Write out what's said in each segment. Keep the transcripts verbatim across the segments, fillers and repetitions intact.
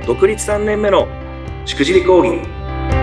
独立さんねんめのしくじり講義。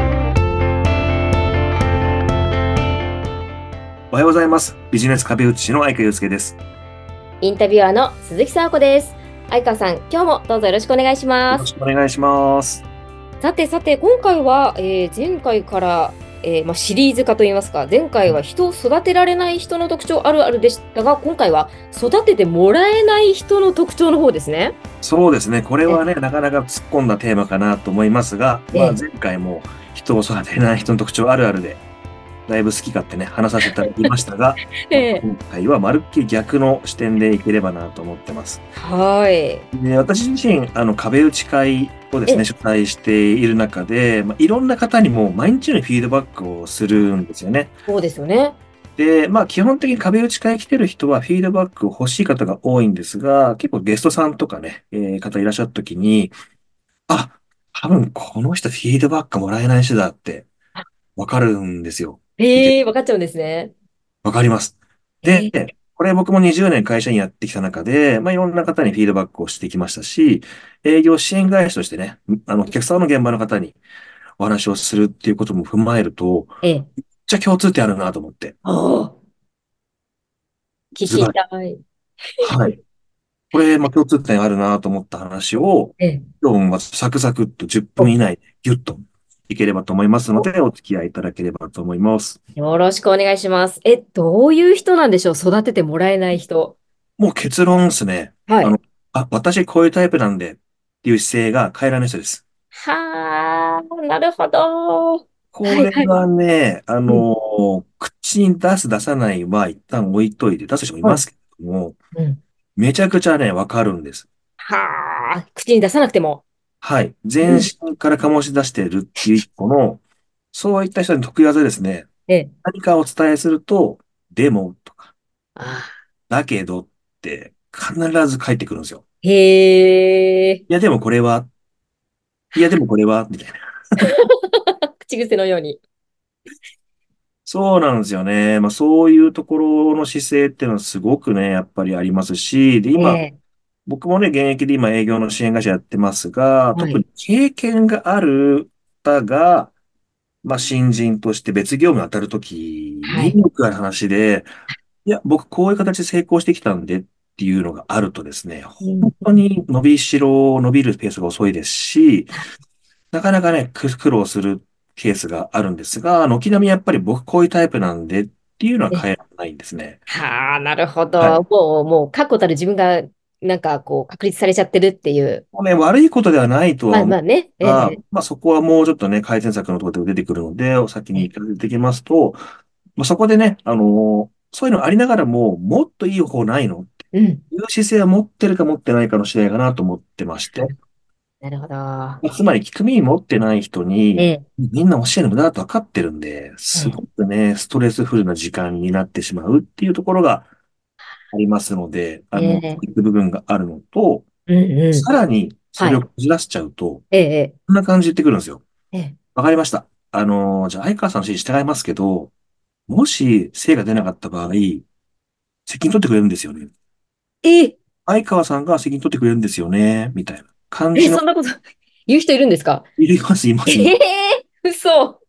おはようございます。ビジネス壁打ち師の相川祐介です。 インタビュアーの鈴木沙子です。相川さん、今日もどうぞよろしくお願いします。 よろしくお願いします。 さてさて、今回は、えー前回から、えーまあ、シリーズ化といいますか、前回は人を育てられない人の特徴あるあるでしたが、今回は育ててもらえない人の特徴の方ですね。 そうですね。これえはね、なかなか突っ込んだテーマかなと思いますが、まあえ前回も人を育てない人の特徴あるあるで、だいぶ好き勝手ね、話させていただきましたが、まあ、 ええ今回はまるっきり逆の視点でいければなと思ってます。 はい。 で、私自身、あの、壁打ち会をですね、 え、 主催している中で、まあ、いろんな方にも毎日のようにフィードバックをするんですよね。 そうですよね。 で、まあ、基本的に壁打ち会来てる人はフィードバックを欲しい方が多いんですが、結構ゲストさんとかね、えー方いらっしゃった時に、あ、多分この人フィードバックもらえない人だってわかるんですよ。聞いて。 ええ分かっちゃうんですね。 わかります。で、 ええこれ僕もにじゅうねん会社員やってきた中で、まあ、いろんな方にフィードバックをしてきましたし、営業支援会社としてね、あの、お客さんの現場の方にお話をするっていうことも踏まえると、 ええめっちゃ共通点あるなと思って。 ああ、聞きズバリ。 たい。 はい。これ、まあ、共通点あるなと思った話を、 ええ今日もサクサクっとじゅっぷん以内でギュッといければと思いますので、お付き合いいただければと思います。 よろしくお願いします。え、どういう人なんでしょう、育ててもらえない人。 もう結論ですね。 はい。 あの、あ、私こういうタイプなんでっていう姿勢が変えられない人です。 はあ、なるほど。はこいはい。 れはね、あうん。 の、口に出す出さないは一旦置いといて、出す人もいはい。 ますけども、 うん。 めちゃくちゃね、わかるんです。 はあ、口に出さなくても。 はい。 うん。 全身から醸し出しているっていう一個の、そういった人に得意技ですね。 ええ。 何かをお伝えすると、でもとか、 あだけどって必ず返ってくるんですよ。 ーへえ。 いや、でもこれは、いや、でもこれは、みたいな。 口癖のように。 そうなんですよね。まあそういうところの姿勢っていうのはすごくね、やっぱりありますし、で、今、 ええ。 僕もね、現役で今営業の支援会社やってますが、特にはい。 経験がある方が、まあ新人として別業務に当たるときにはい。 よくある話で、いや、僕こういう形で成功してきたんでっていうのがあるとですね、 うん。 本当に伸びしろ、伸びるペースが遅いですし、なかなかね、く苦労するケースがあるんですが、軒並みやっぱり僕こういうタイプなんでっていうのはえ変えられないんですね。 はあ、なるほど。 はい。 もう、もう、確固たる自分が、なんか、こう、確立されちゃってるっていう。 もうね、悪いことではないとはまあ思うまあね。えが、 え。 まあそこはもうちょっとね、改善策のところで出てくるので、お先ええ。 に行かせてきますと、まあ、そこでね、あのそういうのありながらも、もっといい方法ないのってうん。 いう姿勢は持ってるか持ってないかの次第かなと思ってまして、 なるほど。 つまり聞く耳持ってない人に、 ええ。 みんな教えるの無駄だと分かってるんで、すごええ。 くね、ストレスフルな時間になってしまうっていうところがありますので、あの、 ええ。 聞く部分があるのと、 うんうん。 さらにそはい。 れをこじらしちゃうと、 ええ。 こんな感じで言ってくるんですよ。 ええ。 わかりました。あの、じゃあ、相川さんの指示従いますけど、もし精が出なかった場合、責任取ってくれるんですよね。 ええ。 相川さんが責任取ってくれるんですよね、みたいな感え、 じの、 そんなこと言う人いるんですか？ います、いまえす、います。 え嘘。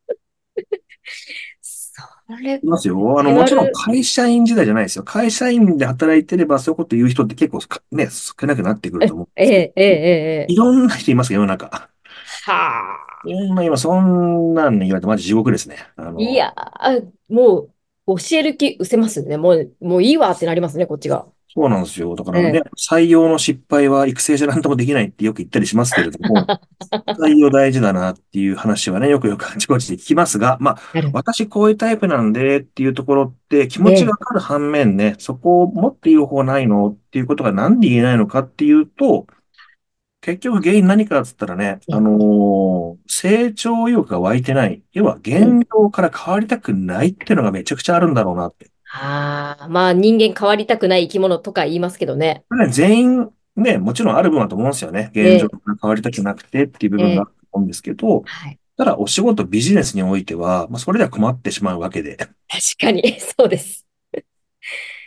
それ、 いますよ。あの、もちろんやる。 会社員時代じゃないですよ。会社員で働いてれば、そういうこと言う人って結構かね、少なくなってくるえと思うんですけど、 え、ええ、ええ。 いろんな人いますよ、世の中。 はあ。 そんな、今、そんなん言われてマジ地獄ですね。あの、 いやー、もう、教える気失せますね。もう、もういいわってなりますね、こっちが。 そうなんですよ。だからね、 ええ。 採用の失敗は育成じゃ何ともできないってよく言ったりしますけれども、採用大事だなっていう話はね、よくよくあちこちで聞きますが、まあ、 なる。 私こういうタイプなんでっていうところって気持ちがええ。 わかる反面ね、そこをもっといい方法ないのっていうことがなんで言えないのかっていうと、結局原因何かっつったらね、あえのー成長意欲が湧いてない。要はうん。 現状から変わりたくないっていうのがめちゃくちゃあるんだろうなって。 ああ、まあ人間変わりたくない生き物とか言いますけどね。 これね、全員ね、もちろんある部分だと思うんですよね。現状ええ、 から変わりたくなくてっていう部ええ、 分があると思うんですけど、 はい。 ただお仕事、ビジネスにおいては、まあ、それでは困ってしまうわけで。 確かに、そうです。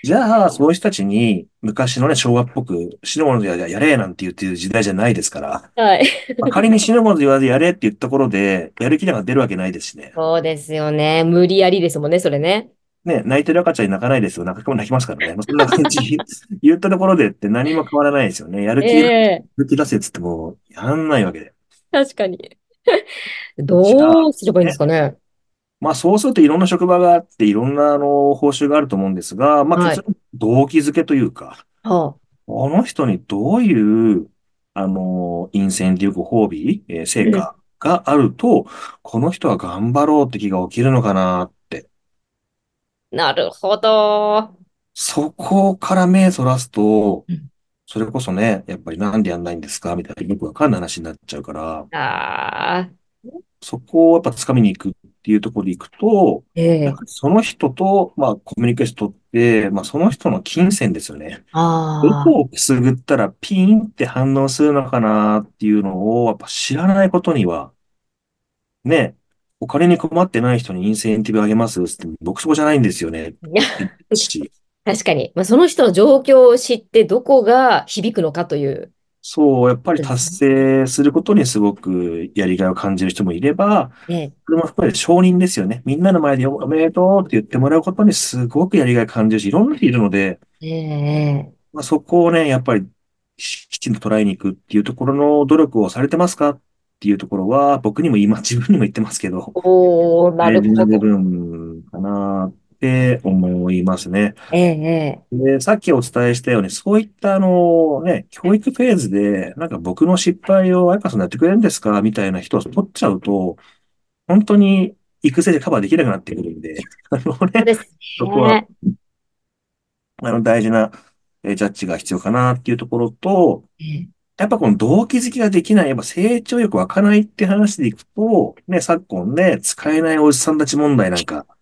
じゃあ、そういう人たちに、昔のね、昭和っぽく、死ぬものでややれなんて言ってる時代じゃないですから、 はい。 まあ、仮に死ぬもので言わずやれって言ったところで、やる気なんか出るわけないですしね。 そうですよね。無理やりですもんね、それね。 ね、泣いてる赤ちゃんに泣かないですよ。泣く子も泣きますからね。まあ、そんな感じ、言ったところでって何も変わらないですよね。やるえ気、やえ、 る気出せっつっても、やんないわけで。 確かに。 じゃあ、 どうすればいいんですね、 かね。 まあそうするといろんな職場があって、いろんなあの報酬があると思うんですが、まあはい。 結論、動機づけというか、 はこの人にどういう、あの、インセンティブ、ご褒美、えー成あ。 果があると、この人は頑張ろうって気が起きるのかなって。 なるほど。 そこから目そらすと、 うん。 それこそね、やっぱりなんでやんないんですかみたいなよくわかんない話になっちゃうから、 ああ、 そこをやっぱ掴みに行くっていうところで行くと、 ええ、 やっぱりその人と、まあコミュニケーション取って、まあその人の金銭ですよね。どああ、 こをくすぐったらピンって反応するのかなっていうのを、やっぱ知らないことには、ね、お金に困ってない人にインセンティブあげますって、僕そこじゃないんですよね。っていや、 言うし、 確かに。まあ、その人の状況を知ってどこが響くのかというそう、やっぱり達ことですね。 成することにすごくやりがいを感じる人もいれば、 ええ、 これも含めて承認ですよね。みんなの前でおめでとうって言ってもらうことにすごくやりがい感じるし、いろんな人いるので、 ええ、ええ、 まあ、そこをね、やっぱりしきちんと捉えに行くっていうところの努力をされてますかっていうところは、僕にも今、自分にも言ってますけど、 おー、な大るほど。 事な部分かなって思いますね。 ええ、えで、さっきお伝えしたように、そういったあのね、教育フェーズで、なんか僕の失敗を彩香さんやってくれるんですかみたいな人を取っちゃうと、本当に育成でカバーできなくなってくるんで、あのね、 そうですそこは、 ね。 あの、大事な、えージャッジが必要かなっていうところと、 ええ、 やっぱこの動機づけができない、やっぱ成長力湧かないって話でいくと、ね、昨今ね、使えないおじさんたち問題なんか、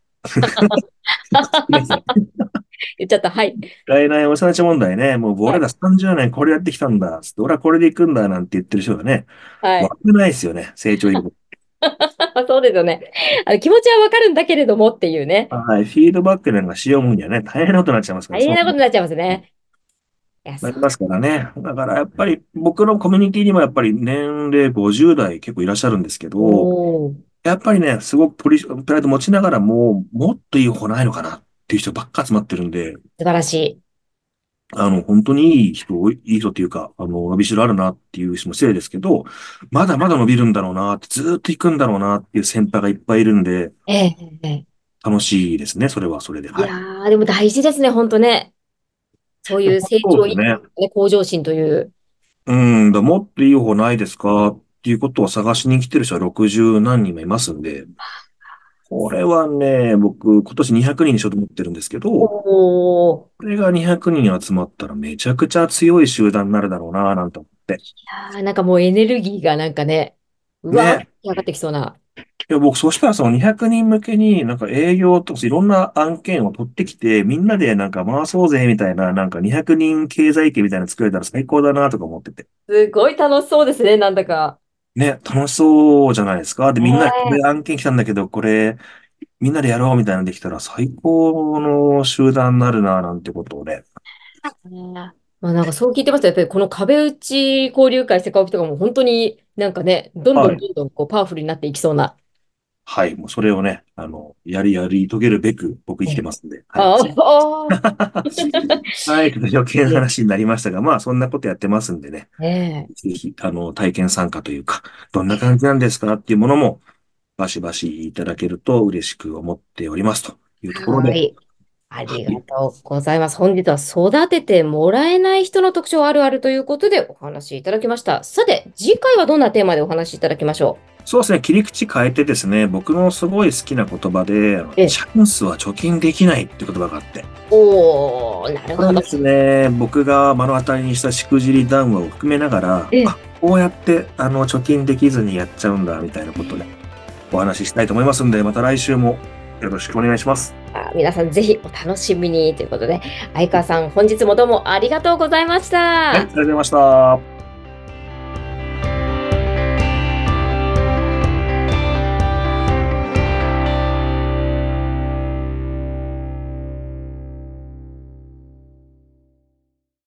言っちゃった。はい。 使えないおじさんたち問題ね、もうはい。 俺らさんじゅうねんこれやってきたんだ、つって俺はこれで行くんだなんて言ってる人がね、 はい。 わけないですよね、成長力。 そうですよね。あの気持ちはわかるんだけれどもっていうね。 はい、フィードバックなんかしようもんにはね、大変なことになっちゃいますから、 大変そうなことになっちゃいますね。いや、そなりますからね。だからやっぱり僕のコミュニティにもやっぱり年齢ごじゅう代結構いらっしゃるんですけう。 ど、 おー、 やっぱりね、すごくプリ、プライド持ちながらも、もっといい方ないのかなっていう人ばっか集まってるんで、 素晴らしい。 あの、本当にいい人、いい人っていうか、あの、伸びしろあるなっていう人も失礼ですけど、まだまだ伸びるんだろうなって、ずーっと行くんだろうなっていう先輩がいっぱいいるんで、 ええ、ええ。 楽しいですね、それはそれで。 いはい。 やー、でも大事ですね、本当ね。そういう成長意そうですね。 欲、ね、向上心という。 うん、だもっといい方ないですかっていうことを探しに来てる人はろくじゅう何人もいますんで、これはね、僕、今年にひゃくにんにんにしようと思ってるんですけど、 おー。 これがにひゃくにん集まったらめちゃくちゃ強い集団になるだろうな、なんて思って。 いやー、なんかもうエネルギーがなんかね、うわーってね。 上がってきそうな。 いや、僕、そしたらそのにひゃくにん向けになんか営業とかいろんな案件を取ってきて、みんなでなんか回そうぜ、みたいな、なんかにひゃくにん経済圏みたいなの作れたら最高だな、とか思ってて。 すごい楽しそうですね、なんだか。 ね、楽しそうじゃないですか。で、みんなでこねれ案件来たんだけど、これ、みんなでやろうみたいなのできたら最高の集団になるな、なんてことをね。 え。ねえ。まあなんかそう聞いてますと、やっぱりこの壁打ち交流会、世界沖とかも本当になんかね、どんどはい。 んどんどんこうパワフルになっていきそうな。 はい。もうそれをね、あの、やりやり遂げるべく僕生きてえ、 ますんで。はい。 ああ、あはい。余計なー、 話になりましたが、まあそんなことやってますんでね。 ねぜひ、あの、体験参加というか、どんな感じなんですかっていうものも、バシバシいただけると嬉しく思っておりますというえ。 ところで、 はい。ありがとうございます。本日は育ててもらえない人の特徴あるあるということでお話しいただきました。さて、次回はどんなテーマでお話しいただきましょそうですね、切り口変えてですね、僕のすごい好きな言葉で、 う。え、 チャンスは貯金できないっていう言葉があって、 おー、なるほど。 これですね、僕が目の当たりにしたしくじり談話を含めながら、 え、 あ、こうやって、あの、貯金できずにやっちゃうんだ、みたいなことでお話ししたいと思いますんで、また来週もよろしくお願いします。 あ、皆さんぜひお楽しみにということで、相川さん、本日もどうもありがとうございましはい、ありた。 がとうございました。